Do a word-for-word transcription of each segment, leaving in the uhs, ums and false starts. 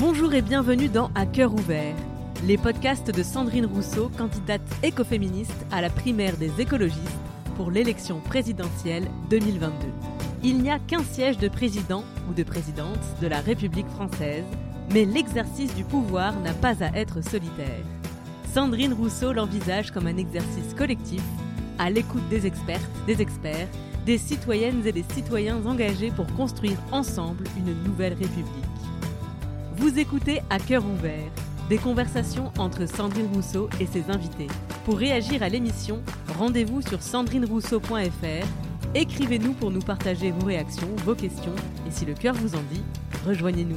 Bonjour et bienvenue dans À cœur ouvert, les podcasts de Sandrine Rousseau, candidate écoféministe à la primaire des écologistes pour l'élection présidentielle deux mille vingt-deux. Il n'y a qu'un siège de président ou de présidente de la République française, mais l'exercice du pouvoir n'a pas à être solitaire. Sandrine Rousseau l'envisage comme un exercice collectif, à l'écoute des expertes, des experts, des citoyennes et des citoyens engagés pour construire ensemble une nouvelle République. Vous écoutez À cœur ouvert, des conversations entre Sandrine Rousseau et ses invités. Pour réagir à l'émission, rendez-vous sur sandrine rousseau point f r. Écrivez-nous pour nous partager vos réactions, vos questions, et si le cœur vous en dit, rejoignez-nous.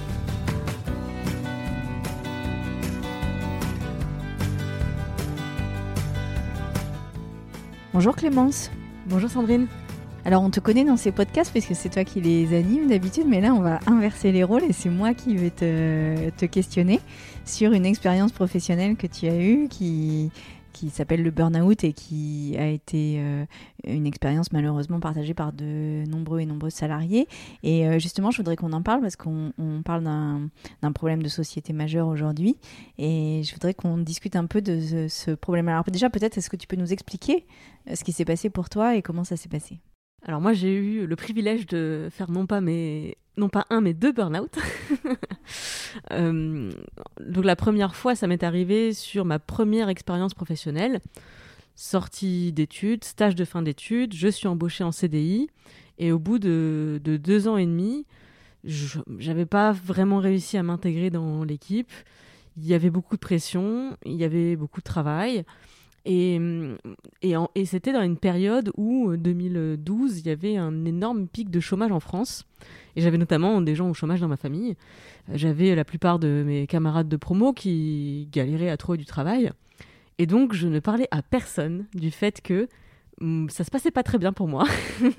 Bonjour Clémence. Bonjour Sandrine. Alors on te connaît dans ces podcasts parce que c'est toi qui les animes d'habitude, mais là on va inverser les rôles et c'est moi qui vais te, te questionner sur une expérience professionnelle que tu as eue qui, qui s'appelle le burn-out et qui a été euh, une expérience malheureusement partagée par de nombreux et nombreuses salariés. Et euh, justement je voudrais qu'on en parle parce qu'on on parle d'un, d'un problème de société majeur aujourd'hui et je voudrais qu'on discute un peu de ce, ce problème. Alors déjà peut-être est-ce que tu peux nous expliquer ce qui s'est passé pour toi et comment ça s'est passé ? Alors moi j'ai eu le privilège de faire non pas, mes... non pas un mais deux burn-out. euh, donc la première fois ça m'est arrivé sur ma première expérience professionnelle, sortie d'études, stage de fin d'études, je suis embauchée en C D I et au bout de, de deux ans et demi, je n'avais pas vraiment réussi à m'intégrer dans l'équipe, il y avait beaucoup de pression, il y avait beaucoup de travail. Et, et, en, et c'était dans une période où, deux mille douze, il y avait un énorme pic de chômage en France. Et j'avais notamment des gens au chômage dans ma famille. J'avais la plupart de mes camarades de promo qui galéraient à trouver du travail. Et donc, je ne parlais à personne du fait que hum, ça se passait pas très bien pour moi.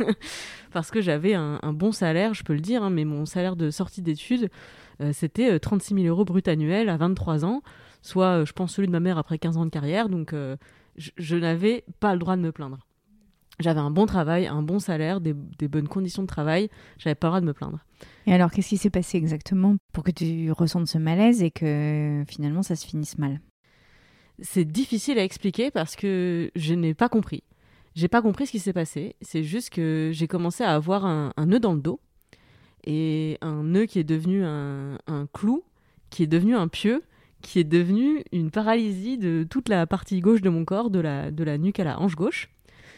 Parce que j'avais un, un bon salaire, je peux le dire, hein, mais mon salaire de sortie d'études, euh, c'était trente-six mille euros brut annuel à vingt-trois ans. Soit, je pense, celui de ma mère après quinze ans de carrière. Donc, euh, je, je n'avais pas le droit de me plaindre. J'avais un bon travail, un bon salaire, des, des bonnes conditions de travail. J'avais pas le droit de me plaindre. Et alors, qu'est-ce qui s'est passé exactement pour que tu ressentes ce malaise et que finalement, ça se finisse mal ? C'est difficile à expliquer parce que je n'ai pas compris. J'ai pas compris ce qui s'est passé. C'est juste que j'ai commencé à avoir un, un nœud dans le dos. Et un nœud qui est devenu un, un clou, qui est devenu un pieu, qui est devenue une paralysie de toute la partie gauche de mon corps, de la, de la nuque à la hanche gauche.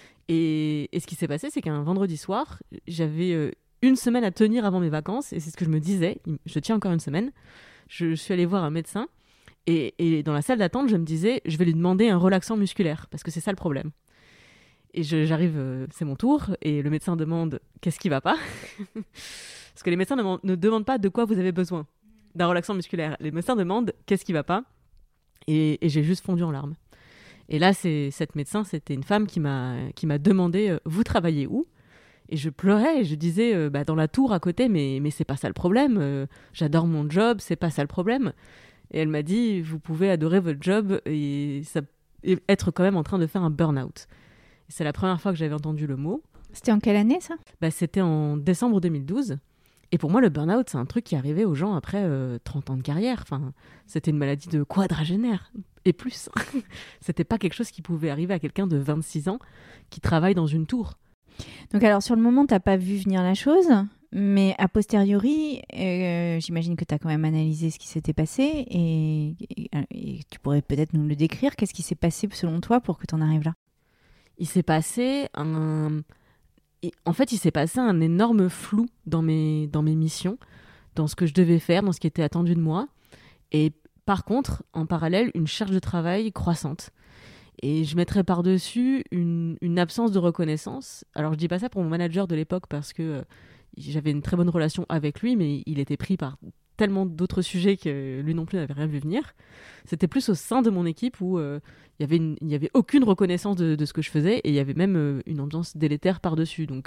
Et, et ce qui s'est passé, c'est qu'un vendredi soir, j'avais euh, une semaine à tenir avant mes vacances, et c'est ce que je me disais, je tiens encore une semaine. Je, je suis allée voir un médecin, et, et dans la salle d'attente, je me disais, je vais lui demander un relaxant musculaire, parce que c'est ça le problème. Et je, j'arrive, euh, c'est mon tour, et le médecin demande, qu'est-ce qui va pas ? Parce que les médecins ne, ne demandent pas de quoi vous avez besoin d'un relaxant musculaire. Les médecins demandent qu'est-ce qui va pas et, et j'ai juste fondu en larmes. Et là, c'est, cette médecin, c'était une femme qui m'a, qui m'a demandé euh, « Vous travaillez où ?» Et je pleurais et je disais euh, bah, « Dans la tour à côté, mais, mais c'est pas ça le problème. Euh, j'adore mon job, c'est pas ça le problème. » Et elle m'a dit « Vous pouvez adorer votre job et, ça, et être quand même en train de faire un burn-out. » Et c'est la première fois que j'avais entendu le mot. C'était en quelle année ça ? Bah, c'était en décembre deux mille douze. Et pour moi, le burn-out, c'est un truc qui arrivait aux gens après euh, trente ans de carrière. Enfin, c'était une maladie de quadragénaire et plus. C'était pas quelque chose qui pouvait arriver à quelqu'un de vingt-six ans qui travaille dans une tour. Donc alors, sur le moment, t'as pas vu venir la chose, mais a posteriori, euh, j'imagine que t'as quand même analysé ce qui s'était passé et, et, et tu pourrais peut-être nous le décrire. Qu'est-ce qui s'est passé selon toi pour que t'en arrives là ? Il s'est passé un... Et en fait, il s'est passé un énorme flou dans mes, dans mes missions, dans ce que je devais faire, dans ce qui était attendu de moi. Et par contre, en parallèle, une charge de travail croissante. Et je mettrais par-dessus une, une absence de reconnaissance. Alors, je dis pas ça pour mon manager de l'époque parce que euh, j'avais une très bonne relation avec lui, mais il était pris par tellement d'autres sujets que lui non plus n'avait rien vu venir. C'était plus au sein de mon équipe où euh, il y avait une, il y avait aucune reconnaissance de, de ce que je faisais et il y avait même euh, une ambiance délétère par-dessus. Donc,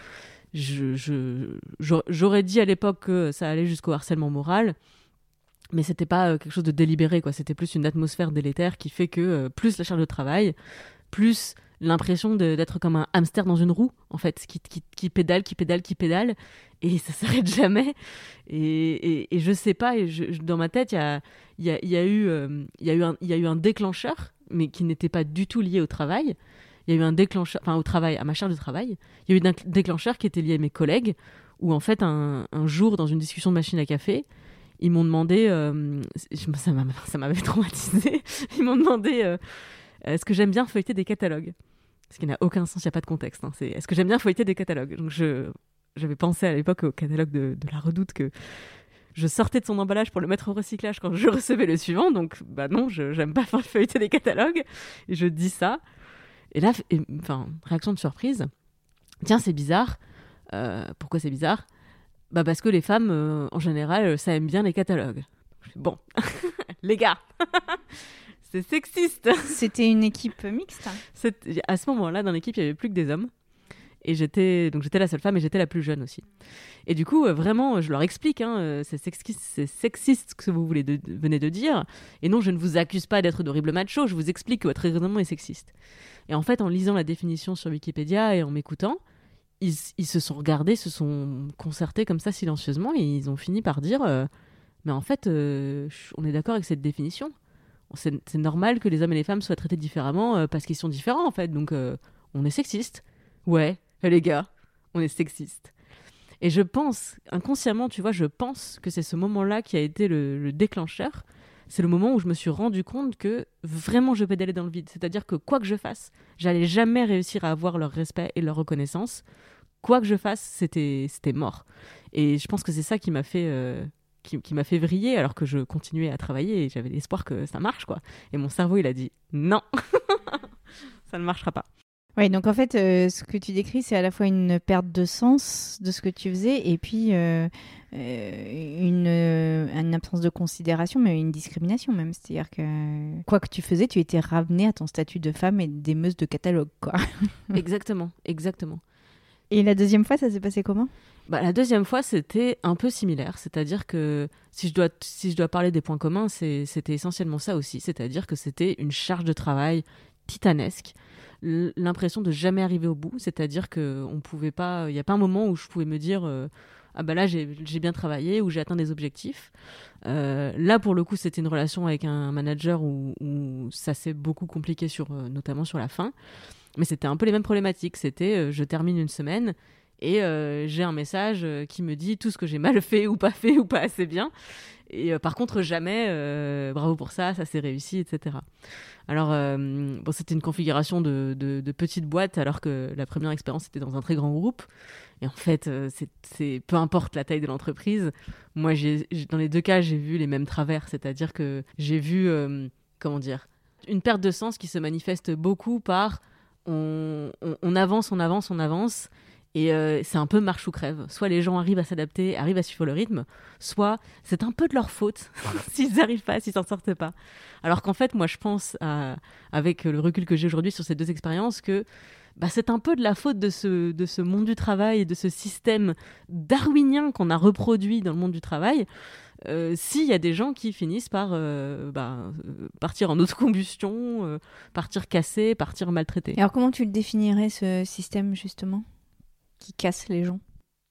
je, je, j'aurais dit à l'époque que ça allait jusqu'au harcèlement moral, mais c'était pas euh, quelque chose de délibéré, quoi. C'était plus une atmosphère délétère qui fait que euh, plus la charge de travail, plus l'impression de, d'être comme un hamster dans une roue, en fait, qui, qui, qui pédale, qui pédale, qui pédale, et ça s'arrête jamais. Et, et, et je sais pas, et je, je, dans ma tête, il y a, y, a, y, a eu, euh, y, a eu un, y a eu un déclencheur, mais qui n'était pas du tout lié au travail. Il y a eu un déclencheur, enfin au travail, à ma charge de travail. Il y a eu un déclencheur qui était lié à mes collègues, où en fait, un, un jour, dans une discussion de machine à café, ils m'ont demandé, euh, ça, m'a, ça m'avait traumatisée, ils m'ont demandé euh, est-ce que j'aime bien feuilleter des catalogues ? Ce qui n'a aucun sens, il n'y a pas de contexte. Hein. C'est, est-ce que j'aime bien feuilleter des catalogues ? Donc je, j'avais pensé à l'époque au catalogue de, de La Redoute que je sortais de son emballage pour le mettre au recyclage quand je recevais le suivant. Donc bah non, je, j'aime pas feuilleter des catalogues. Et je dis ça. Et là, et, enfin, réaction de surprise. Tiens, c'est bizarre. Euh, pourquoi c'est bizarre ? Bah parce que les femmes, euh, en général, ça aime bien les catalogues. Bon, les gars, c'est sexiste. C'était une équipe mixte. C'est... À ce moment-là, dans l'équipe, il n'y avait plus que des hommes. Et j'étais... Donc j'étais la seule femme et j'étais la plus jeune aussi. Et du coup, euh, vraiment, je leur explique, hein, c'est, sexiste, c'est sexiste ce que vous voulez de... venez de dire. Et non, je ne vous accuse pas d'être d'horribles machos, je vous explique que votre raisonnement est sexiste. Et en fait, en lisant la définition sur Wikipédia et en m'écoutant, Ils, ils se sont regardés, se sont concertés comme ça silencieusement et ils ont fini par dire euh, mais en fait euh, on est d'accord avec cette définition, c'est, c'est normal que les hommes et les femmes soient traités différemment euh, parce qu'ils sont différents en fait, donc euh, on est sexiste. Ouais, les gars, on est sexiste. Et je pense, inconsciemment, tu vois, je pense que c'est ce moment-là qui a été le, le déclencheur. C'est le moment où je me suis rendu compte que vraiment je pédalais dans le vide. C'est-à-dire que quoi que je fasse, j'allais jamais réussir à avoir leur respect et leur reconnaissance. Quoi que je fasse, c'était, c'était mort. Et je pense que c'est ça qui m'a fait, euh, qui, qui m'a fait vriller alors que je continuais à travailler et j'avais l'espoir que ça marche, quoi. Et mon cerveau, il a dit non, ça ne marchera pas. Oui, donc en fait, euh, ce que tu décris, c'est à la fois une perte de sens de ce que tu faisais et puis euh, euh, une, euh, une absence de considération, mais une discrimination même. C'est-à-dire que quoi que tu faisais, tu étais ramenée à ton statut de femme et d'émeuse de catalogue, quoi. Exactement, exactement. Et la deuxième fois, ça s'est passé comment ? Bah, la deuxième fois, c'était un peu similaire. C'est-à-dire que si je dois, si je dois parler des points communs, c'est, c'était essentiellement ça aussi. C'est-à-dire que c'était une charge de travail titanesque. L'impression de jamais arriver au bout, c'est-à-dire que on pouvait pas, il n'y a pas un moment où je pouvais me dire euh, ah bah là j'ai, j'ai bien travaillé ou j'ai atteint des objectifs. Euh, là pour le coup c'était une relation avec un manager où, où ça s'est beaucoup compliqué sur, euh, notamment sur la fin, mais c'était un peu les mêmes problématiques. C'était euh, je termine une semaine et euh, j'ai un message euh, qui me dit tout ce que j'ai mal fait ou pas fait ou pas assez bien. Et euh, par contre, jamais, euh, bravo pour ça, ça s'est réussi, et cetera. Alors, euh, bon, c'était une configuration de, de, de petite boîte, alors que la première expérience était dans un très grand groupe. Et en fait, euh, c'est, c'est, peu importe la taille de l'entreprise, moi, j'ai, j'ai, dans les deux cas, j'ai vu les mêmes travers. C'est-à-dire que j'ai vu, euh, comment dire, une perte de sens qui se manifeste beaucoup par on, on, on avance, on avance, on avance. Et euh, c'est un peu marche ou crève. Soit les gens arrivent à s'adapter, arrivent à suivre le rythme, soit c'est un peu de leur faute s'ils n'arrivent pas, s'ils s'en sortent pas. Alors qu'en fait, moi, je pense, à, avec le recul que j'ai aujourd'hui sur ces deux expériences, que bah, c'est un peu de la faute de ce, de ce monde du travail et de ce système darwinien qu'on a reproduit dans le monde du travail. Euh, s'il y a des gens qui finissent par euh, bah, partir en autocombustion, euh, partir cassés, partir maltraités. Et alors, comment tu le définirais, ce système, justement, qui casse les gens ?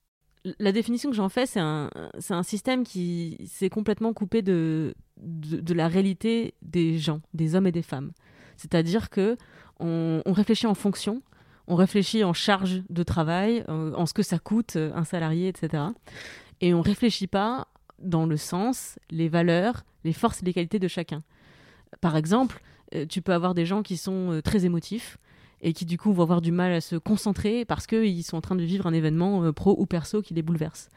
La définition que j'en fais, c'est un, c'est un système qui s'est complètement coupé de, de, de la réalité des gens, des hommes et des femmes. C'est-à-dire que on, on réfléchit en fonction, on réfléchit en charge de travail, en, en ce que ça coûte un salarié, et cetera. Et on ne réfléchit pas dans le sens, les valeurs, les forces et les qualités de chacun. Par exemple, tu peux avoir des gens qui sont très émotifs, et qui du coup vont avoir du mal à se concentrer parce qu'ils sont en train de vivre un événement euh, pro ou perso qui les bouleverse.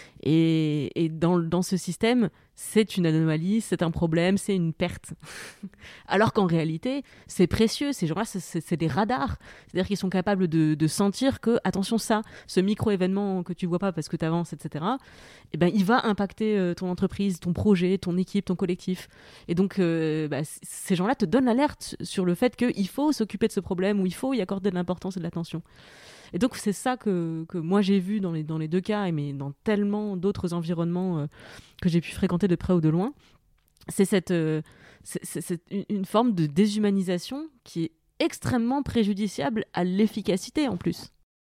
Et, et dans, dans ce système, c'est une anomalie, c'est un problème, c'est une perte. Alors qu'en réalité, c'est précieux, ces gens-là, c'est, c'est, c'est des radars. C'est-à-dire qu'ils sont capables de, de sentir que, attention ça, ce micro-événement que tu vois pas parce que tu avances, et cetera, eh ben, il va impacter euh, ton entreprise, ton projet, ton équipe, ton collectif. Et donc, euh, bah, c- ces gens-là te donnent l'alerte sur le fait qu'il faut s'occuper de ce problème, ou il faut y accorder de l'importance et de l'attention. Et donc, c'est ça que, que moi j'ai vu dans les, dans les deux cas, mais dans tellement d'autres environnements euh, que j'ai pu fréquenter de près ou de loin. C'est, cette, euh, c'est, c'est, c'est une forme de déshumanisation qui est extrêmement préjudiciable à l'efficacité en plus.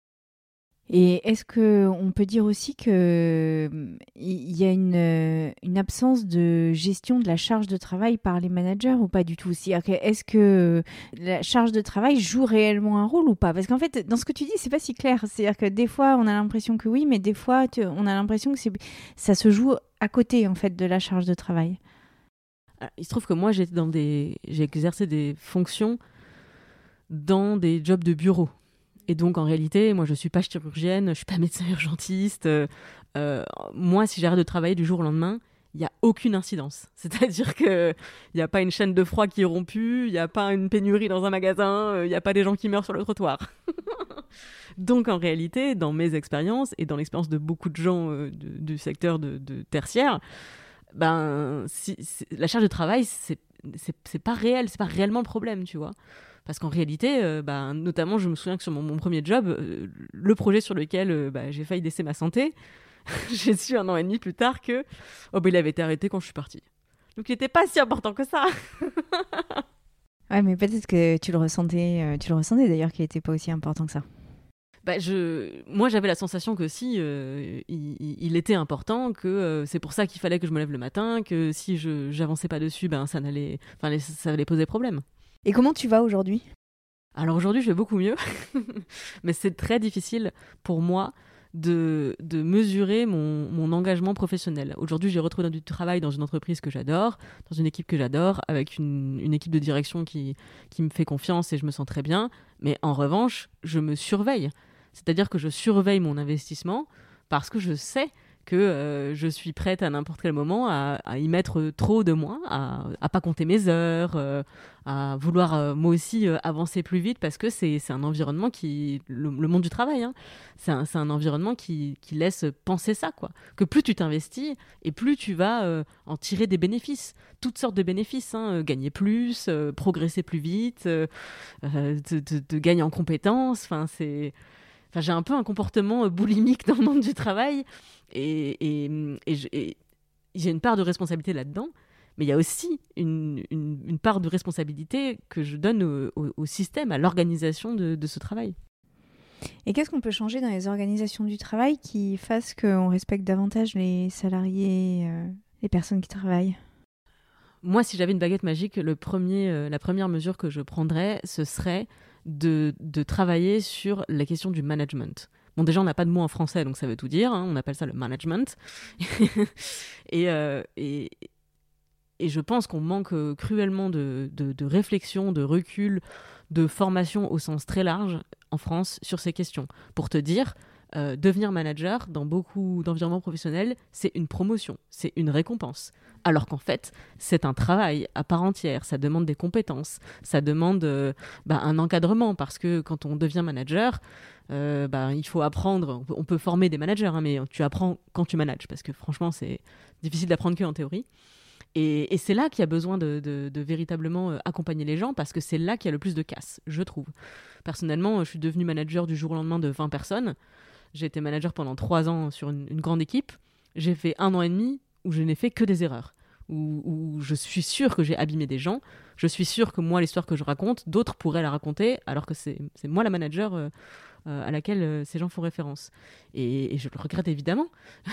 Et est-ce qu'on peut dire aussi qu'il y a une, une absence de gestion de la charge de travail par les managers ou pas du tout? Est-ce que la charge de travail joue réellement un rôle ou pas? Parce qu'en fait, dans ce que tu dis, c'est pas si clair. C'est-à-dire que des fois, on a l'impression que oui, mais des fois, tu, on a l'impression que c'est, ça se joue à côté en fait, de la charge de travail. Alors, il se trouve que moi, j'étais dans des... j'ai exercé des fonctions dans des jobs de bureau. Et donc, en réalité, moi, je ne suis pas chirurgienne, je ne suis pas médecin urgentiste. Euh, euh, moi, si j'arrête de travailler du jour au lendemain, il n'y a aucune incidence. C'est-à-dire qu'il n'y a pas une chaîne de froid qui est rompue, il n'y a pas une pénurie dans un magasin, il n'y a pas des gens qui meurent sur le trottoir. Donc, en réalité, dans mes expériences et dans l'expérience de beaucoup de gens euh, de, du secteur de, de tertiaire, ben, si, si, la charge de travail, c'est, c'est, c'est pas réel, c'est pas réellement le problème, tu vois. Parce qu'en réalité, euh, bah, notamment, je me souviens que sur mon, mon premier job, euh, le projet sur lequel euh, bah, j'ai failli laisser ma santé, j'ai su un an et demi plus tard que oh, bah, il avait été arrêté quand je suis partie. Donc il n'était pas si important que ça. Ouais, mais peut-être que tu le ressentais, euh, tu le ressentais d'ailleurs qu'il n'était pas aussi important que ça. Bah, je... Moi, j'avais la sensation que si, euh, il, il était important, que euh, c'est pour ça qu'il fallait que je me lève le matin, que si je n'avançais pas dessus, ben, ça, n'allait... Enfin, ça allait poser problème. Et comment tu vas aujourd'hui ? Alors aujourd'hui, je vais beaucoup mieux, mais c'est très difficile pour moi de, de mesurer mon, mon engagement professionnel. Aujourd'hui, j'ai retrouvé du travail dans une entreprise que j'adore, dans une équipe que j'adore, avec une, une équipe de direction qui, qui me fait confiance et je me sens très bien. Mais en revanche, je me surveille. C'est-à-dire que je surveille mon investissement parce que je sais que euh, je suis prête à n'importe quel moment à, à y mettre trop de moi, à, à pas compter mes heures, euh, à vouloir euh, moi aussi euh, avancer plus vite parce que c'est, c'est un environnement qui... Le, le monde du travail, hein, c'est, un, c'est un environnement qui, qui laisse penser ça, quoi. Que plus tu t'investis et plus tu vas euh, en tirer des bénéfices. Toutes sortes de bénéfices, hein, euh, gagner plus, euh, progresser plus vite, euh, euh, de, de, de gagner en compétences, enfin c'est... Enfin, j'ai un peu un comportement boulimique dans le monde du travail et, et, et, je, et j'ai une part de responsabilité là-dedans, mais il y a aussi une, une, une part de responsabilité que je donne au, au, au système, à l'organisation de, de ce travail. Et qu'est-ce qu'on peut changer dans les organisations du travail qui fassent qu'on respecte davantage les salariés, euh, les personnes qui travaillent ? Moi, si j'avais une baguette magique, le premier, euh, la première mesure que je prendrais, ce serait de, de travailler sur la question du management. Bon, déjà, on n'a pas de mot en français, donc ça veut tout dire. Hein, on appelle ça le management. et, euh, et, et je pense qu'on manque cruellement de, de, de réflexion, de recul, de formation au sens très large en France sur ces questions. Pour te dire, euh, devenir manager dans beaucoup d'environnements professionnels, c'est une promotion, c'est une récompense. Alors qu'en fait, c'est un travail à part entière, ça demande des compétences, ça demande euh, bah, un encadrement, parce que quand on devient manager, euh, bah, il faut apprendre, on peut, on peut former des managers, hein, mais tu apprends quand tu manages, parce que franchement, c'est difficile d'apprendre qu'en théorie. Et, et c'est là qu'il y a besoin de, de, de véritablement accompagner les gens, parce que c'est là qu'il y a le plus de casse, je trouve. Personnellement, je suis devenue manager du jour au lendemain de vingt personnes. J'ai été manager pendant trois ans sur une, une grande équipe. J'ai fait un an et demi où je n'ai fait que des erreurs, où, où je suis sûre que j'ai abîmé des gens. Je suis sûre que moi, l'histoire que je raconte, d'autres pourraient la raconter, alors que c'est, c'est moi la manager euh, euh, à laquelle euh, ces gens font référence. Et, et je le regrette évidemment.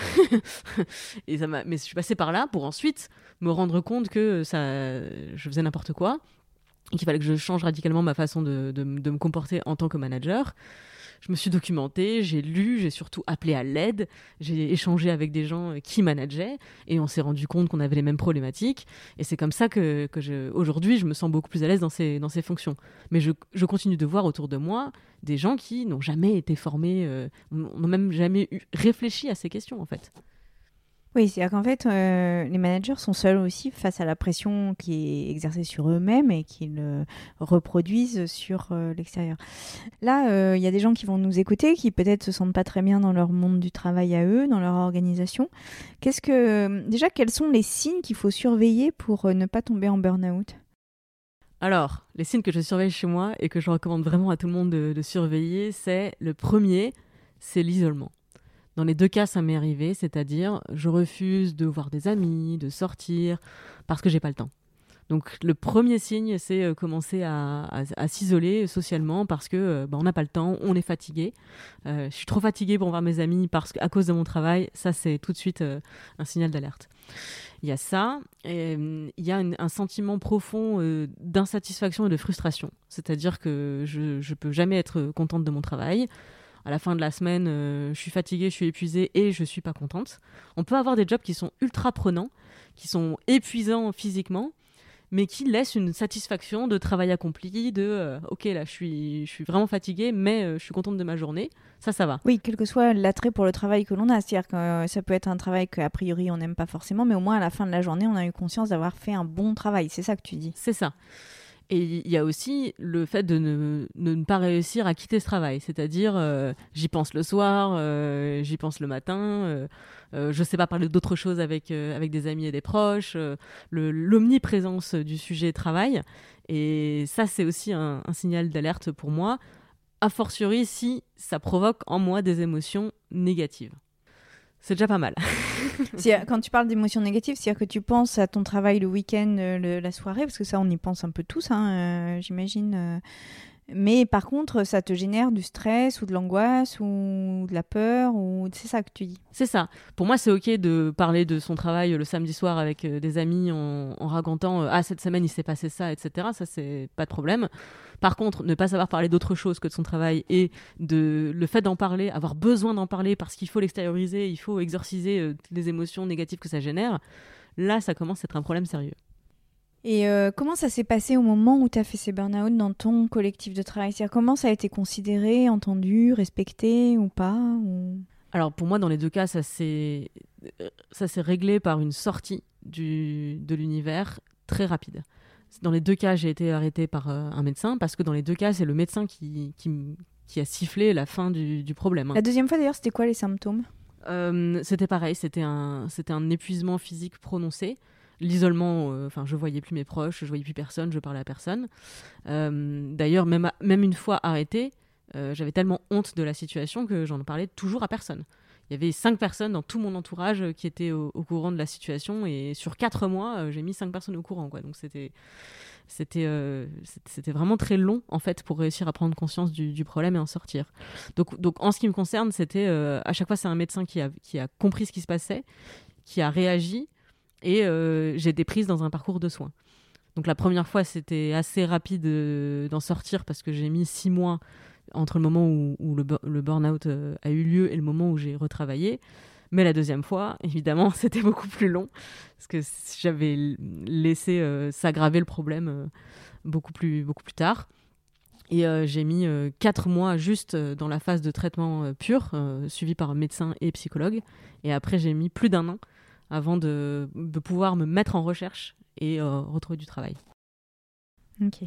et ça m'a... Mais je suis passée par là pour ensuite me rendre compte que ça, je faisais n'importe quoi, et qu'il fallait que je change radicalement ma façon de, de, de me comporter en tant que manager. Je me suis documentée, j'ai lu, j'ai surtout appelé à l'aide, j'ai échangé avec des gens qui manageaient et on s'est rendu compte qu'on avait les mêmes problématiques. Et c'est comme ça que, que je, aujourd'hui, je me sens beaucoup plus à l'aise dans ces, dans ces fonctions. Mais je, je continue de voir autour de moi des gens qui n'ont jamais été formés, euh, n'ont même jamais eu, réfléchi à ces questions, en fait. Oui, c'est-à-dire qu'en fait, euh, les managers sont seuls aussi face à la pression qui est exercée sur eux-mêmes et qu'ils euh, reproduisent sur euh, l'extérieur. Là, il euh, y a des gens qui vont nous écouter, qui peut-être se sentent pas très bien dans leur monde du travail à eux, dans leur organisation. Qu'est-ce que, déjà, quels sont les signes qu'il faut surveiller pour euh, ne pas tomber en burn-out ? Alors, les signes que je surveille chez moi et que je recommande vraiment à tout le monde de, de surveiller, c'est le premier, c'est l'isolement. Dans les deux cas, ça m'est arrivé, c'est-à-dire je refuse de voir des amis, de sortir, parce que j'ai pas le temps. Donc le premier signe, c'est euh, commencer à, à, à s'isoler socialement parce que euh, bah, on n'a pas le temps, on est fatigué. Euh, je suis trop fatiguée pour voir mes amis parce que, à cause de mon travail. Ça, c'est tout de suite euh, un signal d'alerte. Il y a ça, et, euh, il y a une, un sentiment profond euh, d'insatisfaction et de frustration. C'est-à-dire que je ne peux jamais être contente de mon travail. À la fin de la semaine, euh, je suis fatiguée, je suis épuisée et je ne suis pas contente. On peut avoir des jobs qui sont ultra prenants, qui sont épuisants physiquement, mais qui laissent une satisfaction de travail accompli, de euh, « ok, là, je suis, je suis vraiment fatiguée, mais euh, je suis contente de ma journée ». Ça, ça va. Oui, quel que soit l'attrait pour le travail que l'on a. C'est-à-dire que euh, ça peut être un travail qu'a priori on n'aime pas forcément, mais au moins à la fin de la journée, on a eu conscience d'avoir fait un bon travail. C'est ça que tu dis. C'est ça. Et il y a aussi le fait de ne, de ne pas réussir à quitter ce travail. C'est-à-dire, euh, j'y pense le soir, euh, j'y pense le matin, euh, euh, je ne sais pas parler d'autre chose avec, euh, avec des amis et des proches, euh, le, l'omniprésence du sujet travail. Et ça, c'est aussi un, un signal d'alerte pour moi, a fortiori si ça provoque en moi des émotions négatives. C'est déjà pas mal. Quand tu parles d'émotions négatives, c'est-à-dire que tu penses à ton travail le week-end, le, la soirée, parce que ça, on y pense un peu tous, hein, euh, j'imagine. Euh. Mais par contre, ça te génère du stress ou de l'angoisse ou de la peur, ou c'est ça que tu dis. C'est ça. Pour moi, c'est OK de parler de son travail le samedi soir avec euh, des amis en, en racontant euh, « Ah, cette semaine, il s'est passé ça, et cetera » Ça, c'est pas de problème. Par contre, ne pas savoir parler d'autre chose que de son travail et de le fait d'en parler, avoir besoin d'en parler parce qu'il faut l'extérioriser, il faut exorciser euh, les émotions négatives que ça génère, là, ça commence à être un problème sérieux. Et euh, comment ça s'est passé au moment où tu as fait ces burn-out dans ton collectif de travail ? C'est-à-dire, comment ça a été considéré, entendu, respecté ou pas ou... Alors pour moi, dans les deux cas, ça s'est, ça s'est réglé par une sortie du, de l'univers très rapide. Dans les deux cas, j'ai été arrêtée par euh, un médecin parce que dans les deux cas, c'est le médecin qui, qui, qui a sifflé la fin du, du problème. La deuxième fois, d'ailleurs, c'était quoi les symptômes ? euh, C'était pareil, c'était un, c'était un épuisement physique prononcé. L'isolement, enfin, euh, je voyais plus mes proches, je voyais plus personne, je parlais à personne. Euh, d'ailleurs, même, à, même une fois arrêtée, euh, j'avais tellement honte de la situation que j'en parlais toujours à personne. Il y avait cinq personnes dans tout mon entourage qui étaient au, au courant de la situation et sur quatre mois, euh, j'ai mis cinq personnes au courant, quoi. Donc c'était, c'était, euh, c'était vraiment très long en fait pour réussir à prendre conscience du, du problème et en sortir. Donc, donc en ce qui me concerne, c'était euh, à chaque fois c'est un médecin qui a, qui a compris ce qui se passait, qui a réagi. Et euh, j'ai été prise dans un parcours de soins. Donc la première fois, c'était assez rapide euh, d'en sortir parce que j'ai mis six mois entre le moment où, où le, le burn-out euh, a eu lieu et le moment où j'ai retravaillé. Mais la deuxième fois, évidemment, c'était beaucoup plus long parce que j'avais laissé euh, s'aggraver le problème euh, beaucoup, plus, beaucoup plus tard. Et euh, j'ai mis euh, quatre mois juste euh, dans la phase de traitement euh, pur, euh, suivi par un médecin et psychologue. Et après, j'ai mis plus d'un an avant de, de pouvoir me mettre en recherche et euh, retrouver du travail. Ok.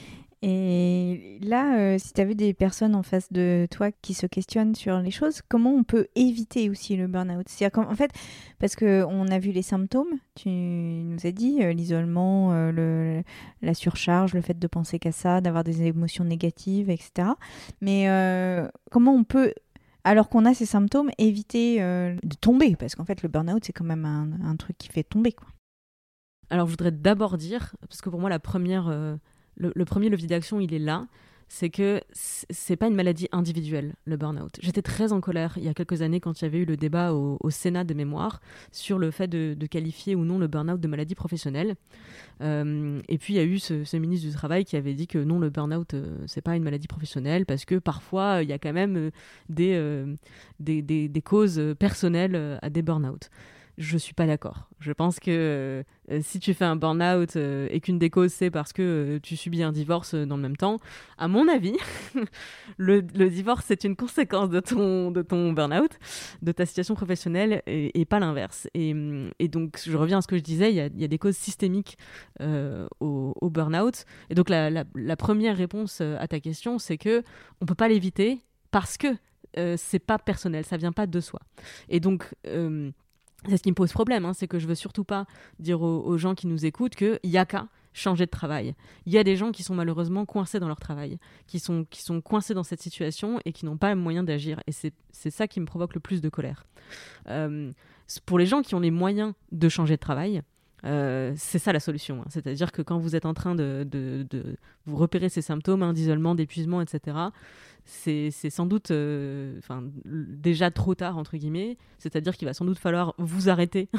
Et là, euh, si tu avais des personnes en face de toi qui se questionnent sur les choses, comment on peut éviter aussi le burn-out ? C'est-à-dire qu'en fait, parce qu'on a vu les symptômes, tu nous as dit, euh, l'isolement, euh, le, la surcharge, le fait de penser qu'à ça, d'avoir des émotions négatives, et cetera. Mais euh, comment on peut, alors qu'on a ces symptômes, éviter euh, de tomber ? Parce qu'en fait, le burn-out, c'est quand même un, un truc qui fait tomber, quoi. Alors, je voudrais d'abord dire, parce que pour moi, la première... Euh... Le, le premier levier d'action, il est là, c'est que c'est pas une maladie individuelle, le burn-out. J'étais très en colère il y a quelques années quand il y avait eu le débat au, au Sénat des mémoires sur le fait de, de qualifier ou non le burn-out de maladie professionnelle. Euh, et puis il y a eu ce, ce ministre du Travail qui avait dit que non, le burn-out, euh, c'est pas une maladie professionnelle parce que parfois il y a quand même euh, des, euh, des, des, des causes personnelles à des burn-out. Je suis pas d'accord. Je pense que euh, si tu fais un burn-out euh, et qu'une des causes c'est parce que euh, tu subis un divorce euh, dans le même temps, à mon avis, le, le divorce c'est une conséquence de ton, de ton burn-out, de ta situation professionnelle et, et pas l'inverse. Et, et donc, je reviens à ce que je disais, il y a, il y a des causes systémiques euh, au, au burn-out. Et donc, la, la, la première réponse à ta question, c'est que on peut pas l'éviter parce que euh, c'est pas personnel, ça vient pas de soi. Et donc... Euh, c'est ce qui me pose problème, hein, c'est que je veux surtout pas dire aux, aux gens qui nous écoutent qu'il n'y a qu'à changer de travail. Il y a des gens qui sont malheureusement coincés dans leur travail, qui sont, qui sont coincés dans cette situation et qui n'ont pas le moyen d'agir. Et c'est, c'est ça qui me provoque le plus de colère. Euh, pour les gens qui ont les moyens de changer de travail, Euh, c'est ça la solution. Hein. C'est-à-dire que quand vous êtes en train de, de, de vous repérer ces symptômes hein, d'isolement, d'épuisement, et cetera, c'est, c'est sans doute euh, déjà trop tard, entre guillemets. C'est-à-dire qu'il va sans doute falloir vous arrêter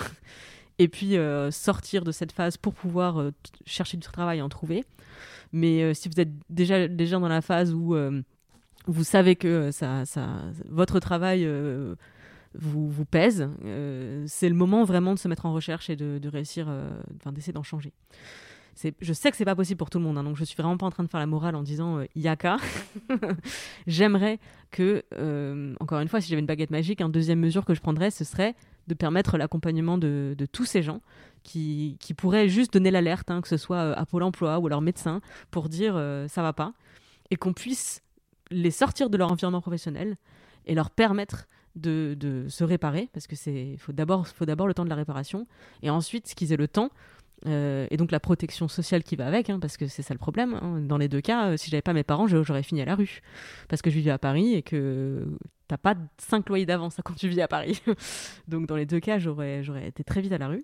et puis euh, sortir de cette phase pour pouvoir euh, t- chercher du travail et en trouver. Mais euh, si vous êtes déjà, déjà dans la phase où euh, vous savez que ça, ça, votre travail euh, vous, vous pèse, euh, c'est le moment vraiment de se mettre en recherche et de, de réussir, euh, enfin, d'essayer d'en changer. C'est, je sais que c'est pas possible pour tout le monde, hein, donc je suis vraiment pas en train de faire la morale en disant euh, yaka. J'aimerais que, euh, encore une fois, si j'avais une baguette magique, une deuxième mesure que je prendrais, ce serait de permettre l'accompagnement de, de tous ces gens qui, qui pourraient juste donner l'alerte, hein, que ce soit à Pôle emploi ou à leur médecin, pour dire euh, ça va pas, et qu'on puisse les sortir de leur environnement professionnel et leur permettre de, de se réparer, parce que c'est faut d'abord, faut d'abord le temps de la réparation, et ensuite qu'ils aient le temps, euh, et donc la protection sociale qui va avec, hein, parce que c'est ça le problème. Hein. Dans les deux cas, euh, si j'avais pas mes parents, j'aurais fini à la rue, parce que je vivais à Paris et que t'as pas cinq loyers d'avance hein, quand tu vis à Paris. Donc dans les deux cas, j'aurais, j'aurais été très vite à la rue.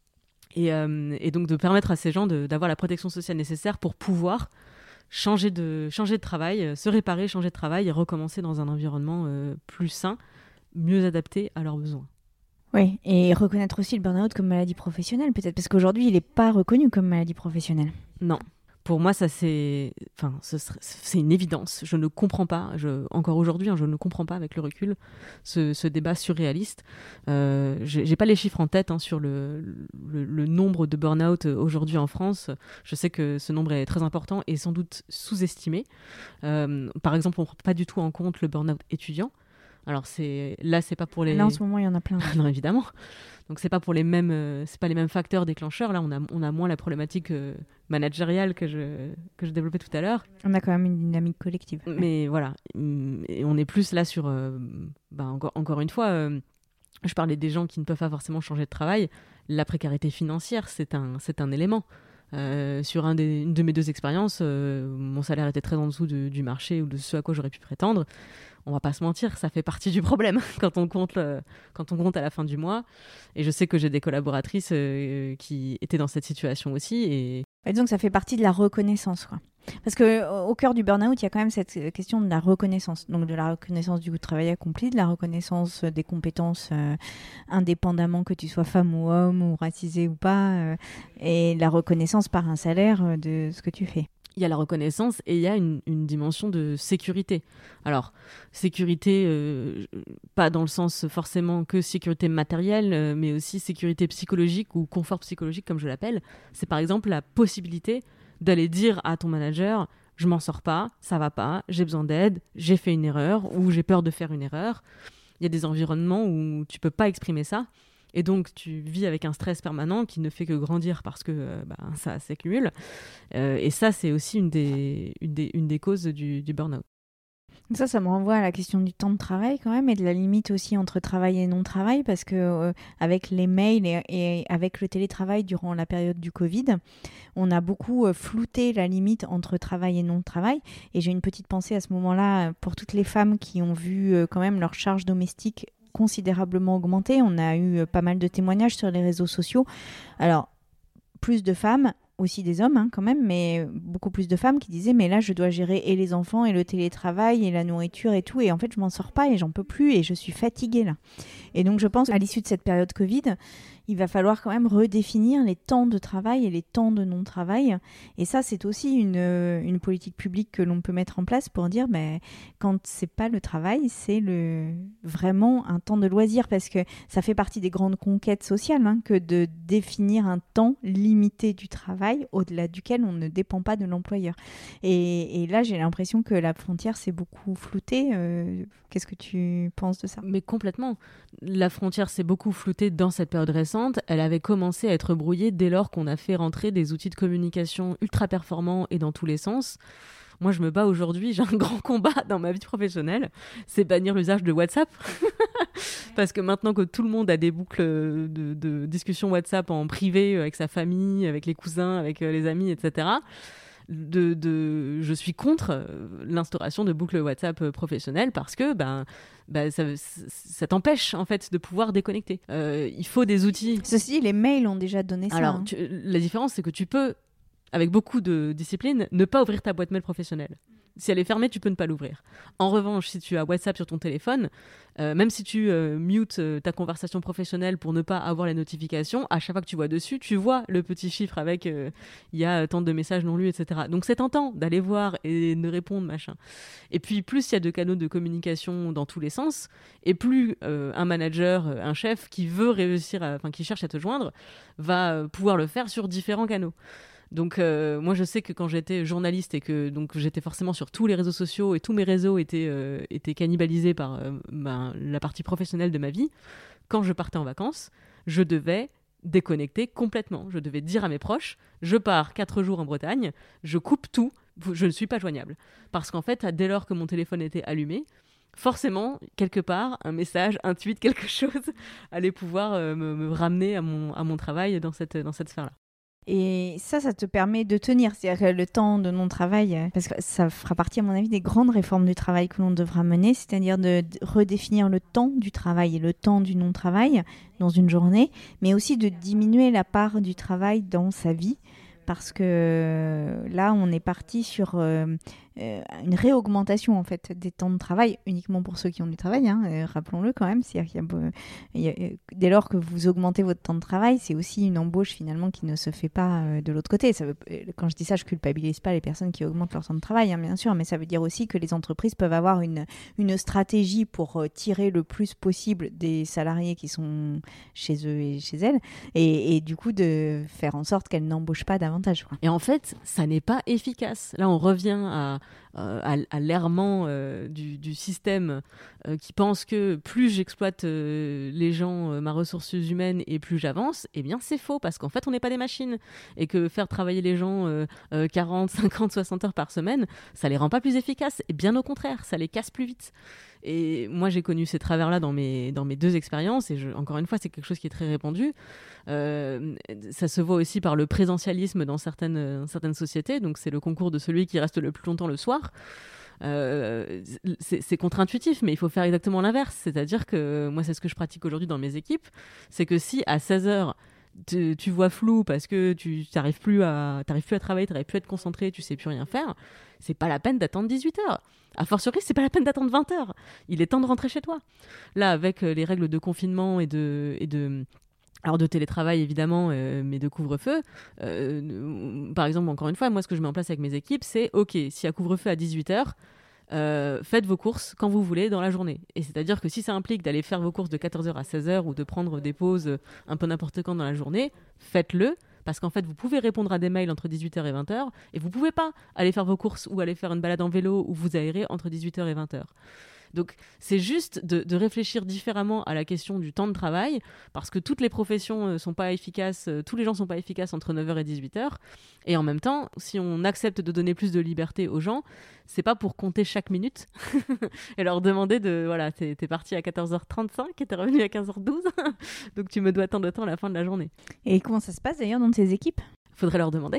Et, euh, et donc de permettre à ces gens de, d'avoir la protection sociale nécessaire pour pouvoir changer de, changer de travail, euh, se réparer, changer de travail et recommencer dans un environnement euh, plus sain, mieux adapté à leurs besoins. Oui, et reconnaître aussi le burn-out comme maladie professionnelle, peut-être, parce qu'aujourd'hui, il n'est pas reconnu comme maladie professionnelle. Non. Pour moi, ça c'est, enfin, ce serait... c'est une évidence. Je ne comprends pas, je... encore aujourd'hui, hein, je ne comprends pas avec le recul ce, ce débat surréaliste. Euh, j'ai... j'ai pas les chiffres en tête hein, sur le... Le... le nombre de burn-out aujourd'hui en France. Je sais que ce nombre est très important et sans doute sous-estimé. Euh, par exemple, on ne prend pas du tout en compte le burn-out étudiant. Alors c'est là, c'est pas pour les. Là en ce moment, il y en a plein. non évidemment. Donc c'est pas pour les mêmes, euh, c'est pas les mêmes facteurs déclencheurs. Là, on a on a moins la problématique euh, managériale que je que je développais tout à l'heure. On a quand même une dynamique collective. Mais voilà, et on est plus là sur, euh, bah encore encore une fois, euh, je parlais des gens qui ne peuvent pas forcément changer de travail. La précarité financière, c'est un c'est un élément. Euh, sur un des, une de mes deux expériences, euh, mon salaire était très en dessous de, du marché ou de ce à quoi j'aurais pu prétendre. On va pas se mentir, ça fait partie du problème quand on compte, le, quand on compte à la fin du mois. Et je sais que j'ai des collaboratrices euh, qui étaient dans cette situation aussi. Et... et donc ça fait partie de la reconnaissance, quoi. Parce qu'au cœur du burn-out, il y a quand même cette question de la reconnaissance. Donc de la reconnaissance du travail accompli, de la reconnaissance des compétences euh, indépendamment que tu sois femme ou homme, ou racisé ou pas, euh, et la reconnaissance par un salaire de ce que tu fais. Il y a la reconnaissance et il y a une, une dimension de sécurité. Alors, sécurité, euh, pas dans le sens forcément que sécurité matérielle, euh, mais aussi sécurité psychologique ou confort psychologique, comme je l'appelle. C'est par exemple la possibilité d'aller dire à ton manager « je m'en sors pas, ça va pas, j'ai besoin d'aide, j'ai fait une erreur ou j'ai peur de faire une erreur ». Il y a des environnements où tu peux pas exprimer ça. Et donc, tu vis avec un stress permanent qui ne fait que grandir parce que euh, bah, ça s'accumule. Euh, et ça, c'est aussi une des, une des, une des causes du, du burn-out. Ça, ça me renvoie à la question du temps de travail quand même et de la limite aussi entre travail et non-travail parce que euh, avec les mails et, et avec le télétravail durant la période du Covid, on a beaucoup euh, flouté la limite entre travail et non-travail. Et j'ai une petite pensée à ce moment-là pour toutes les femmes qui ont vu euh, quand même leur charge domestique considérablement augmenté. On a eu pas mal de témoignages sur les réseaux sociaux. Alors, plus de femmes, aussi des hommes hein, quand même, mais beaucoup plus de femmes qui disaient mais là je dois gérer et les enfants et le télétravail et la nourriture et tout et en fait je m'en sors pas et j'en peux plus et je suis fatiguée là. Et donc je pense à l'issue de cette période Covid, il va falloir quand même redéfinir les temps de travail et les temps de non-travail. Et ça, c'est aussi une, une politique publique que l'on peut mettre en place pour dire ben, quand c'est pas le travail, c'est le, vraiment un temps de loisir parce que ça fait partie des grandes conquêtes sociales hein, que de définir un temps limité du travail au-delà duquel on ne dépend pas de l'employeur. Et, et là, j'ai l'impression que la frontière s'est beaucoup floutée. Euh, qu'est-ce que tu penses de ça ? Mais complètement. La frontière s'est beaucoup floutée dans cette période récente. Elle avait commencé à être brouillée dès lors qu'on a fait rentrer des outils de communication ultra performants et dans tous les sens. Moi, je me bats aujourd'hui, j'ai un grand combat dans ma vie professionnelle, c'est bannir l'usage de WhatsApp. Parce que maintenant que tout le monde a des boucles de, de discussions WhatsApp en privé avec sa famille, avec les cousins, avec les amis, et cetera, de, de, je suis contre l'instauration de boucles WhatsApp professionnelles parce que ben, ben ça, ça t'empêche en fait de pouvoir déconnecter. Euh, il faut des outils. Ceci, les mails ont déjà donné ça. Alors, hein. tu, la différence, c'est que tu peux, avec beaucoup de discipline, ne pas ouvrir ta boîte mail professionnelle. Si elle est fermée, tu peux ne pas l'ouvrir. En revanche, si tu as WhatsApp sur ton téléphone, euh, même si tu euh, mutes euh, ta conversation professionnelle pour ne pas avoir les notifications, à chaque fois que tu vois dessus, tu vois le petit chiffre avec il euh, y a tant de messages non lus, et cetera. Donc c'est tentant d'aller voir et de répondre, machin. Et puis plus il y a de canaux de communication dans tous les sens, et plus euh, un manager, un chef qui veut réussir, enfin qui cherche à te joindre, va euh, pouvoir le faire sur différents canaux. Donc euh, moi je sais que quand j'étais journaliste et que donc j'étais forcément sur tous les réseaux sociaux et tous mes réseaux étaient, euh, étaient cannibalisés par euh, ben, la partie professionnelle de ma vie, quand je partais en vacances, je devais déconnecter complètement. Je devais dire à mes proches, je pars quatre jours en Bretagne, je coupe tout, je ne suis pas joignable. Parce qu'en fait, dès lors que mon téléphone était allumé, forcément, quelque part, un message, un tweet, quelque chose allait pouvoir euh, me, me ramener à mon, à mon travail dans cette, dans cette sphère-là. Et ça, ça te permet de tenir, c'est-à-dire que le temps de non-travail, parce que ça fera partie, à mon avis, des grandes réformes du travail que l'on devra mener, c'est-à-dire de, de redéfinir le temps du travail et le temps du non-travail dans une journée, mais aussi de diminuer la part du travail dans sa vie, parce que là, on est parti sur euh, euh, une réaugmentation en fait des temps de travail, uniquement pour ceux qui ont du travail, hein, euh, rappelons-le quand même. C'est-à-dire qu'il y a, il y a, dès lors que vous augmentez votre temps de travail, c'est aussi une embauche finalement qui ne se fait pas euh, de l'autre côté. Ça veut, quand je dis ça, je culpabilise pas les personnes qui augmentent leur temps de travail, hein, bien sûr, mais ça veut dire aussi que les entreprises peuvent avoir une, une stratégie pour euh, tirer le plus possible des salariés qui sont chez eux et chez elles, et, et du coup de faire en sorte qu'elles n'embauchent pas davantage. Quoi. Et en fait, ça n'est pas efficace. Là, on revient à, à, à l'errement euh, du, du système euh, qui pense que plus j'exploite euh, les gens, euh, ma ressource humaine, et plus j'avance. Eh bien, c'est faux, parce qu'en fait, on n'est pas des machines. Et que faire travailler les gens euh, euh, quarante, cinquante, soixante heures par semaine, ça les rend pas plus efficaces. Et bien au contraire, ça les casse plus vite. Et moi, j'ai connu ces travers-là dans mes, dans mes deux expériences. Et je, encore une fois, c'est quelque chose qui est très répandu. Euh, ça se voit aussi par le présentialisme dans certaines, euh, certaines sociétés. Donc, c'est le concours de celui qui reste le plus longtemps le soir. Euh, c'est, c'est contre-intuitif, mais il faut faire exactement l'inverse. C'est-à-dire que moi, c'est ce que je pratique aujourd'hui dans mes équipes. C'est que si à seize heures, tu, tu vois flou parce que tu n'arrives plus à, t'arrives plus à travailler, tu n'arrives plus à être concentré, tu sais plus rien faire, c'est pas la peine d'attendre dix-huit heures. A fortiori, c'est pas la peine d'attendre vingt heures. Il est temps de rentrer chez toi. Là, avec les règles de confinement et de... Et de alors de télétravail évidemment, euh, mais de couvre-feu. Euh, par exemple, encore une fois, moi ce que je mets en place avec mes équipes, c'est ok, s'il y a couvre-feu à dix-huit heures, euh, faites vos courses quand vous voulez dans la journée. Et c'est-à-dire que si ça implique d'aller faire vos courses de quatorze heures à seize heures ou de prendre des pauses un peu n'importe quand dans la journée, faites-le. Parce qu'en fait, vous pouvez répondre à des mails entre dix-huit heures et vingt heures et vous pouvez pas aller faire vos courses ou aller faire une balade en vélo ou vous aérer entre dix-huit heures et vingt heures. Donc, c'est juste de, de réfléchir différemment à la question du temps de travail, parce que toutes les professions ne euh, sont pas efficaces, euh, tous les gens ne sont pas efficaces entre neuf heures et dix-huit heures. Et en même temps, si on accepte de donner plus de liberté aux gens, c'est pas pour compter chaque minute et leur demander de, voilà, t'es, t'es parti à quatorze heures trente-cinq et t'es revenu à quinze heures douze, donc tu me dois tant de temps à la fin de la journée. Et comment ça se passe d'ailleurs dans tes équipes ? Faudrait leur demander.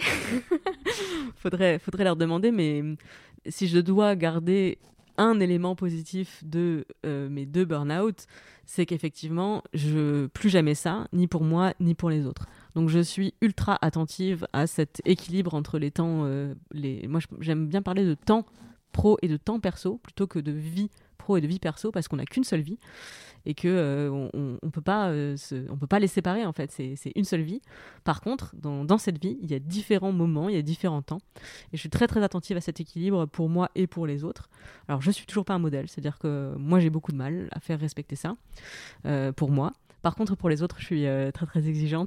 faudrait, faudrait leur demander, mais si je dois garder un élément positif de euh, mes deux burn-out, c'est qu'effectivement, je plus jamais ça, ni pour moi, ni pour les autres. Donc je suis ultra attentive à cet équilibre entre les temps... Euh, les... Moi, j'aime bien parler de temps pro et de temps perso, plutôt que de vie pro et de vie perso, parce qu'on n'a qu'une seule vie, et qu'on euh, on, on peut pas, euh, se, on peut pas les séparer, en fait, c'est, c'est une seule vie. Par contre, dans, dans cette vie, il y a différents moments, il y a différents temps, et je suis très très attentive à cet équilibre pour moi et pour les autres. Alors je suis toujours pas un modèle, c'est-à-dire que moi j'ai beaucoup de mal à faire respecter ça, euh, pour moi. Par contre, pour les autres, je suis euh, très très exigeante.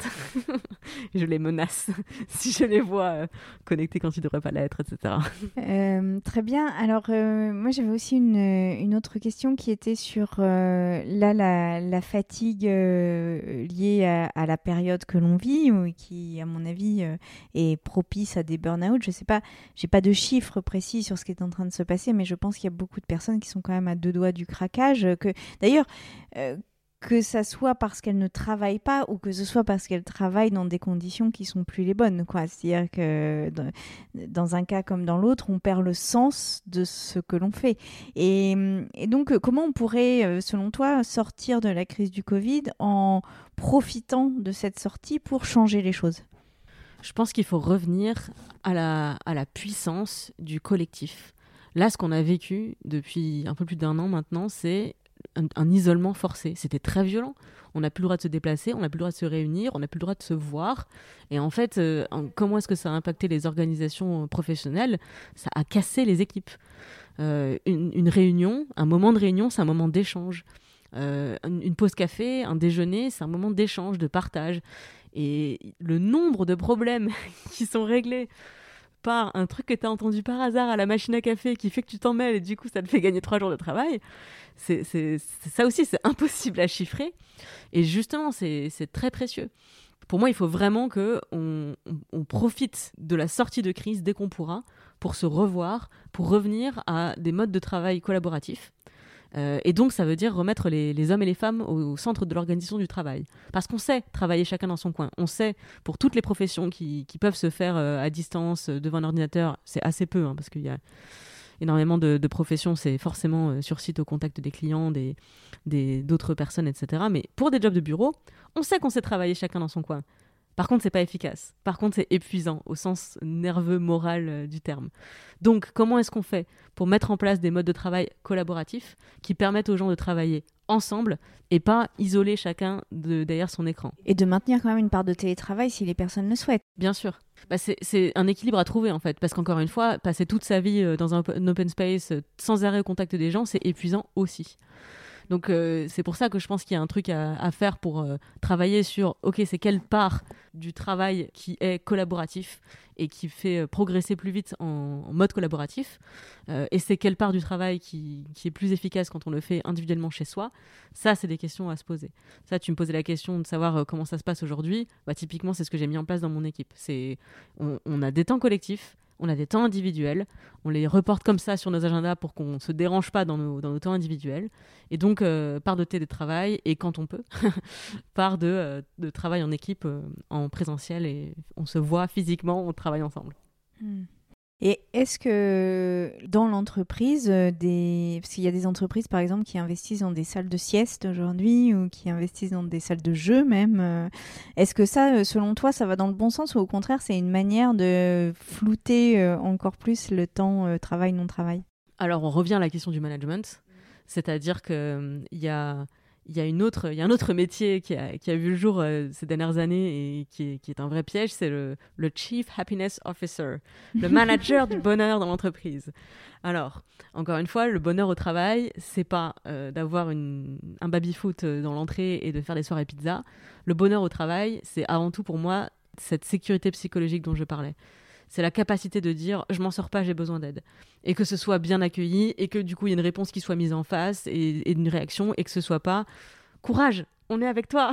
Je les menace si je les vois euh, connectés quand ils ne devraient pas l'être, et cetera. Euh, très bien. Alors, euh, moi, j'avais aussi une, une autre question qui était sur euh, là, la, la fatigue euh, liée à, à la période que l'on vit, ou qui, à mon avis, euh, est propice à des burn-out. Je ne sais pas, je n'ai pas de chiffres précis sur ce qui est en train de se passer, mais je pense qu'il y a beaucoup de personnes qui sont quand même à deux doigts du craquage. Que, d'ailleurs, euh, que ça soit parce qu'elles ne travaillent pas ou que ce soit parce qu'elles travaillent dans des conditions qui sont plus les bonnes, quoi. C'est-à-dire que dans, dans un cas comme dans l'autre, on perd le sens de ce que l'on fait. Et, et donc, comment on pourrait, selon toi, sortir de la crise du Covid en profitant de cette sortie pour changer les choses ? Je pense qu'il faut revenir à la, à la puissance du collectif. Là, ce qu'on a vécu depuis un peu plus d'un an maintenant, c'est un, un isolement forcé. C'était très violent. On n'a plus le droit de se déplacer, on n'a plus le droit de se réunir, on n'a plus le droit de se voir. Et en fait, euh, comment est-ce que ça a impacté les organisations professionnelles ? Ça a cassé les équipes. Euh, une, une réunion, un moment de réunion, c'est un moment d'échange. Euh, une pause café, un déjeuner, c'est un moment d'échange, de partage. Et le nombre de problèmes qui sont réglés par un truc que tu as entendu par hasard à la machine à café qui fait que tu t'en mêles et du coup ça te fait gagner trois jours de travail, c'est, c'est, c'est, ça aussi c'est impossible à chiffrer. Et justement, c'est, c'est très précieux. Pour moi, il faut vraiment qu'on on, on profite de la sortie de crise dès qu'on pourra pour se revoir, pour revenir à des modes de travail collaboratifs. Euh, et donc, ça veut dire remettre les, les hommes et les femmes au, au centre de l'organisation du travail. Parce qu'on sait travailler chacun dans son coin. On sait, pour toutes les professions qui, qui peuvent se faire euh, à distance, euh, devant un ordinateur, c'est assez peu, hein, parce qu'il y a énormément de, de professions, c'est forcément euh, sur site au contact des clients, des, des, d'autres personnes, et cetera. Mais pour des jobs de bureau, on sait qu'on sait travailler chacun dans son coin. Par contre, c'est pas efficace. Par contre, c'est épuisant au sens nerveux, moral euh, du terme. Donc, comment est-ce qu'on fait pour mettre en place des modes de travail collaboratifs qui permettent aux gens de travailler ensemble et pas isoler chacun de, derrière son écran ? Et de maintenir quand même une part de télétravail si les personnes le souhaitent. Bien sûr. Bah c'est, c'est un équilibre à trouver en fait, parce qu'encore une fois, passer toute sa vie dans un open space sans arrêt au contact des gens, c'est épuisant aussi. Donc euh, c'est pour ça que je pense qu'il y a un truc à, à faire pour euh, travailler sur, ok, c'est quelle part du travail qui est collaboratif et qui fait euh, progresser plus vite en, en mode collaboratif, euh, et c'est quelle part du travail qui, qui est plus efficace quand on le fait individuellement chez soi. Ça, c'est des questions à se poser. Ça, tu me posais la question de savoir euh, comment ça se passe aujourd'hui. Bah, typiquement, c'est ce que j'ai mis en place dans mon équipe. C'est, on, on a des temps collectifs, on a des temps individuels, on les reporte comme ça sur nos agendas pour qu'on ne se dérange pas dans nos, dans nos temps individuels. Et donc, euh, part de télétravail, et quand on peut, part de, euh, de travail en équipe, euh, en présentiel, et on se voit physiquement, on travaille ensemble. Mmh. Et est-ce que dans l'entreprise, des... parce qu'il y a des entreprises par exemple qui investissent dans des salles de sieste aujourd'hui ou qui investissent dans des salles de jeu même, est-ce que ça, selon toi, ça va dans le bon sens ou au contraire c'est une manière de flouter encore plus le temps travail-non-travail ? Alors on revient à la question du management, c'est-à-dire qu'il euh, y a... Il y, a une autre, il y a un autre métier qui a, qui a vu le jour euh, ces dernières années et qui est, qui est un vrai piège, c'est le, le Chief Happiness Officer, le manager du bonheur dans l'entreprise. Alors, encore une fois, le bonheur au travail, c'est pas euh, d'avoir une, un baby-foot dans l'entrée et de faire des soirées pizza. Le bonheur au travail, c'est avant tout pour moi cette sécurité psychologique dont je parlais. C'est la capacité de dire « je m'en sors pas, j'ai besoin d'aide ». Et que ce soit bien accueilli et que du coup, il y ait une réponse qui soit mise en face et, et une réaction et que ce soit pas « courage, on est avec toi ».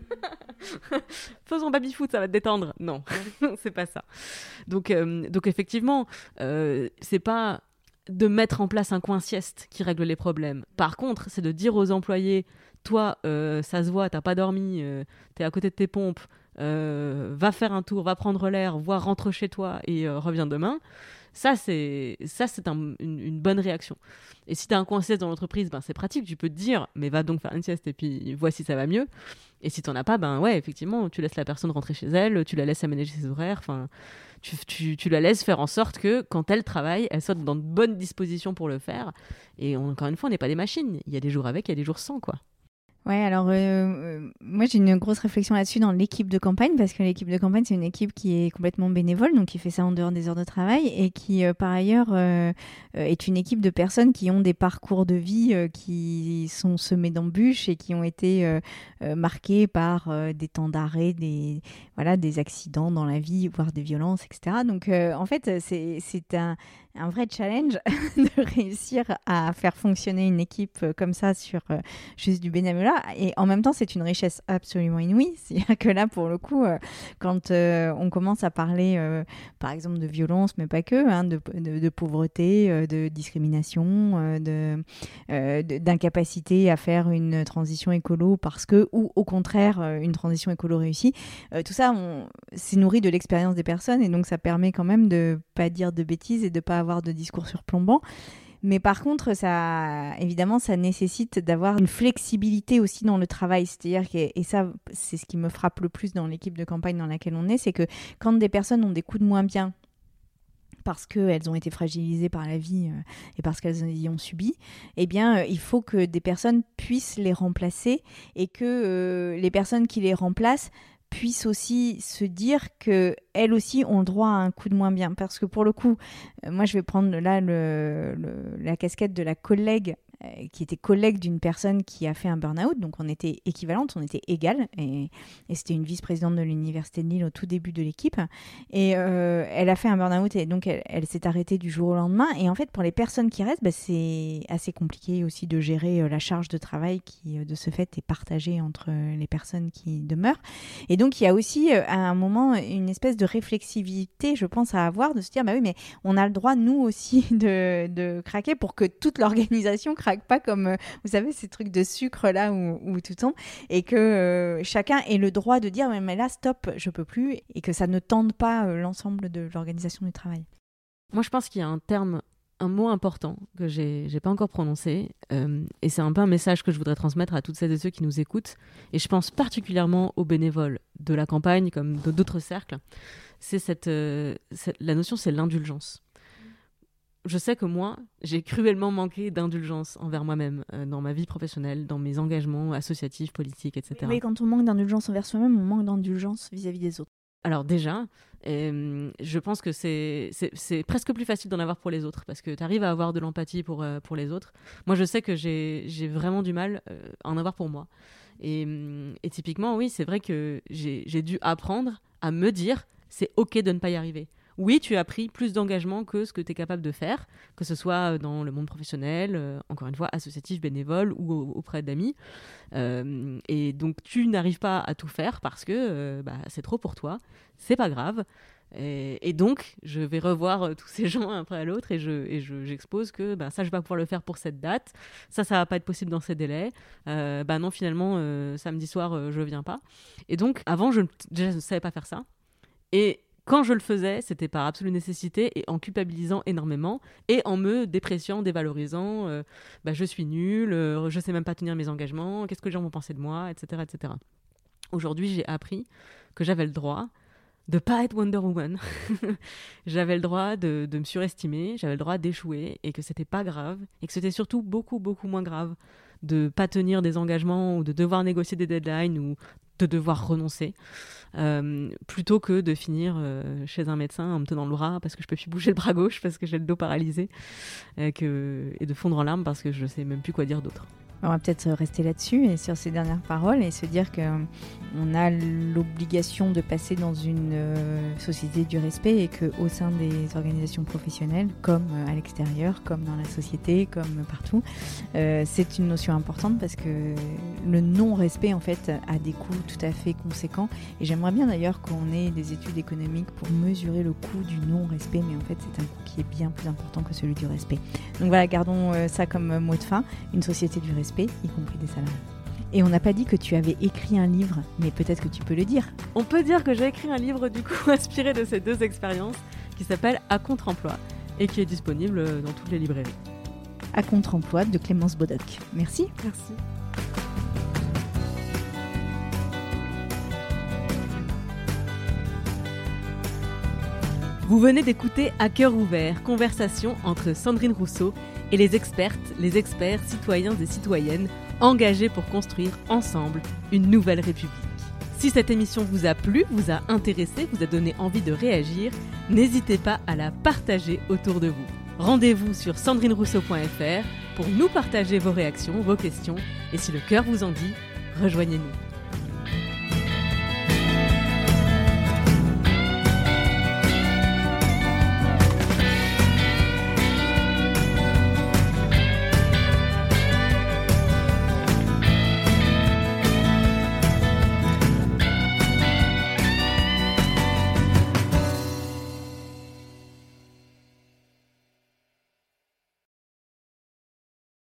Faisons baby-foot, ça va te détendre. Non, c'est pas ça. Donc, euh, donc effectivement, euh, c'est pas de mettre en place un coin sieste qui règle les problèmes. Par contre, c'est de dire aux employés « toi, euh, ça se voit, t'as pas dormi, euh, t'es à côté de tes pompes, Euh, va faire un tour, va prendre l'air, voire rentre chez toi et euh, reviens demain », ça c'est, ça, c'est un, une, une bonne réaction. Et si tu as un coin sieste dans l'entreprise, ben, c'est pratique, tu peux te dire mais va donc faire une sieste et puis vois si ça va mieux. Et si tu n'en as pas, ben ouais, effectivement, tu laisses la personne rentrer chez elle, tu la laisses aménager ses horaires, tu, tu, tu la laisses faire en sorte que quand elle travaille, elle soit dans de bonnes dispositions pour le faire. Et on, encore une fois, on n'est pas des machines, il y a des jours avec, il y a des jours sans, quoi. Ouais, alors euh, euh, moi j'ai une grosse réflexion là-dessus dans l'équipe de campagne, parce que l'équipe de campagne c'est une équipe qui est complètement bénévole, donc qui fait ça en dehors des heures de travail et qui euh, par ailleurs euh, est une équipe de personnes qui ont des parcours de vie euh, qui sont semés d'embûches et qui ont été euh, euh, marqués par euh, des temps d'arrêt, des, voilà, des accidents dans la vie, voire des violences, et cetera. Donc euh, en fait c'est, c'est un, un vrai challenge de réussir à faire fonctionner une équipe comme ça sur euh, juste du bénévolat. voilà, et en même temps, c'est une richesse absolument inouïe. C'est-à-dire que là, pour le coup, euh, quand euh, on commence à parler, euh, par exemple, de violence, mais pas que, hein, de, de, de pauvreté, euh, de discrimination, euh, de, euh, de, d'incapacité à faire une transition écolo parce que, ou au contraire, euh, une transition écolo réussie, euh, tout ça, on, c'est nourri de l'expérience des personnes, et donc ça permet quand même de pas dire de bêtises et de pas avoir de discours surplombant. Mais par contre, ça, évidemment, ça nécessite d'avoir une flexibilité aussi dans le travail. C'est-à-dire que, et ça, c'est ce qui me frappe le plus dans l'équipe de campagne dans laquelle on est, c'est que quand des personnes ont des coups de moins bien, parce qu'elles ont été fragilisées par la vie euh, et parce qu'elles y ont subi, eh bien, euh, il faut que des personnes puissent les remplacer, et que euh, les personnes qui les remplacent puissent aussi se dire qu'elles aussi ont le droit à un coup de moins bien. Parce que pour le coup, euh, moi je vais prendre là le, le, la casquette de la collègue euh, qui était collègue d'une personne qui a fait un burn-out, donc on était équivalentes, on était égales, et, et c'était une vice-présidente de l'Université de Lille au tout début de l'équipe, et euh, elle a fait un burn-out, et donc elle, elle s'est arrêtée du jour au lendemain, et en fait pour les personnes qui restent, bah, c'est assez compliqué aussi de gérer euh, la charge de travail qui euh, de ce fait est partagée entre euh, les personnes qui demeurent. Et donc il y a aussi euh, à un moment une espèce de réflexivité, je pense, à avoir, de se dire bah oui, mais on a le droit nous aussi de, de craquer pour que toute l'organisation craque pas, comme euh, vous savez ces trucs de sucre là où, où tout tombe, et que euh, chacun ait le droit de dire mais, mais là stop, je peux plus, et que ça ne tende pas euh, l'ensemble de l'organisation du travail. Moi je pense qu'il y a un terme, un mot important que j'ai, j'ai pas encore prononcé, euh, et c'est un peu un message que je voudrais transmettre à toutes celles et ceux qui nous écoutent, et je pense particulièrement aux bénévoles de la campagne comme d'autres cercles. C'est cette, euh, cette la notion, c'est l'indulgence. Je sais que moi, j'ai cruellement manqué d'indulgence envers moi-même euh, dans ma vie professionnelle, dans mes engagements associatifs, politiques, et cetera. Oui, oui, quand on manque d'indulgence envers soi-même, on manque d'indulgence vis-à-vis des autres. Alors déjà, euh, je pense que c'est, c'est, c'est presque plus facile d'en avoir pour les autres, parce que tu arrives à avoir de l'empathie pour, euh, pour les autres. Moi, je sais que j'ai, j'ai vraiment du mal euh, à en avoir pour moi. Et, et typiquement, oui, c'est vrai que j'ai, j'ai dû apprendre à me dire c'est OK de ne pas y arriver. Oui, tu as pris plus d'engagement que ce que tu es capable de faire, que ce soit dans le monde professionnel, euh, encore une fois, associatif, bénévole ou au, auprès d'amis. Euh, et donc, tu n'arrives pas à tout faire parce que euh, bah, c'est trop pour toi. C'est pas grave. Et, et donc, je vais revoir euh, tous ces gens un après l'autre, et, je, et je, j'expose que bah, ça, je vais pas pouvoir le faire pour cette date. Ça, ça va pas être possible dans ces délais. Euh, bah non, finalement, euh, samedi soir, euh, je viens pas. Et donc, avant, je, déjà, je ne savais pas faire ça. Et quand je le faisais, c'était par absolue nécessité et en culpabilisant énormément et en me dépréciant, dévalorisant. Euh, bah, je suis nulle, euh, je sais même pas tenir mes engagements, qu'est-ce que les gens vont penser de moi, et cetera, et cetera. Aujourd'hui, j'ai appris que j'avais le droit de pas être Wonder Woman. J'avais le droit de, de me surestimer, j'avais le droit d'échouer, et que c'était pas grave, et que c'était surtout beaucoup, beaucoup moins grave de pas tenir des engagements ou de devoir négocier des deadlines ou de devoir renoncer, euh, plutôt que de finir euh, chez un médecin en me tenant le bras parce que je peux plus bouger le bras gauche parce que j'ai le dos paralysé, et, que, et de fondre en larmes parce que je sais même plus quoi dire d'autre. On va peut-être rester là-dessus et sur ces dernières paroles et se dire qu'on a l'obligation de passer dans une euh, société du respect, et qu'au sein des organisations professionnelles, comme à l'extérieur, comme dans la société, comme partout, euh, c'est une notion importante, parce que le non-respect en fait a des coûts tout à fait conséquents, et j'aimerais bien d'ailleurs qu'on ait des études économiques pour mesurer le coût du non-respect, mais en fait c'est un coût qui est bien plus important que celui du respect. Donc voilà, gardons euh, ça comme mot de fin, une société du respect, y compris des salariés. Et on n'a pas dit que tu avais écrit un livre, mais peut-être que tu peux le dire. On peut dire que j'ai écrit un livre du coup inspiré de ces deux expériences, qui s'appelle À contre-emploi et qui est disponible dans toutes les librairies. À contre-emploi de Clémence Bodoc. Merci. Merci. Vous venez d'écouter À cœur ouvert, conversation entre Sandrine Rousseau et les expertes, les experts, citoyens et citoyennes engagés pour construire ensemble une nouvelle République. Si cette émission vous a plu, vous a intéressé, vous a donné envie de réagir, n'hésitez pas à la partager autour de vous. Rendez-vous sur sandrine rousseau point f r pour nous partager vos réactions, vos questions, et si le cœur vous en dit, rejoignez-nous.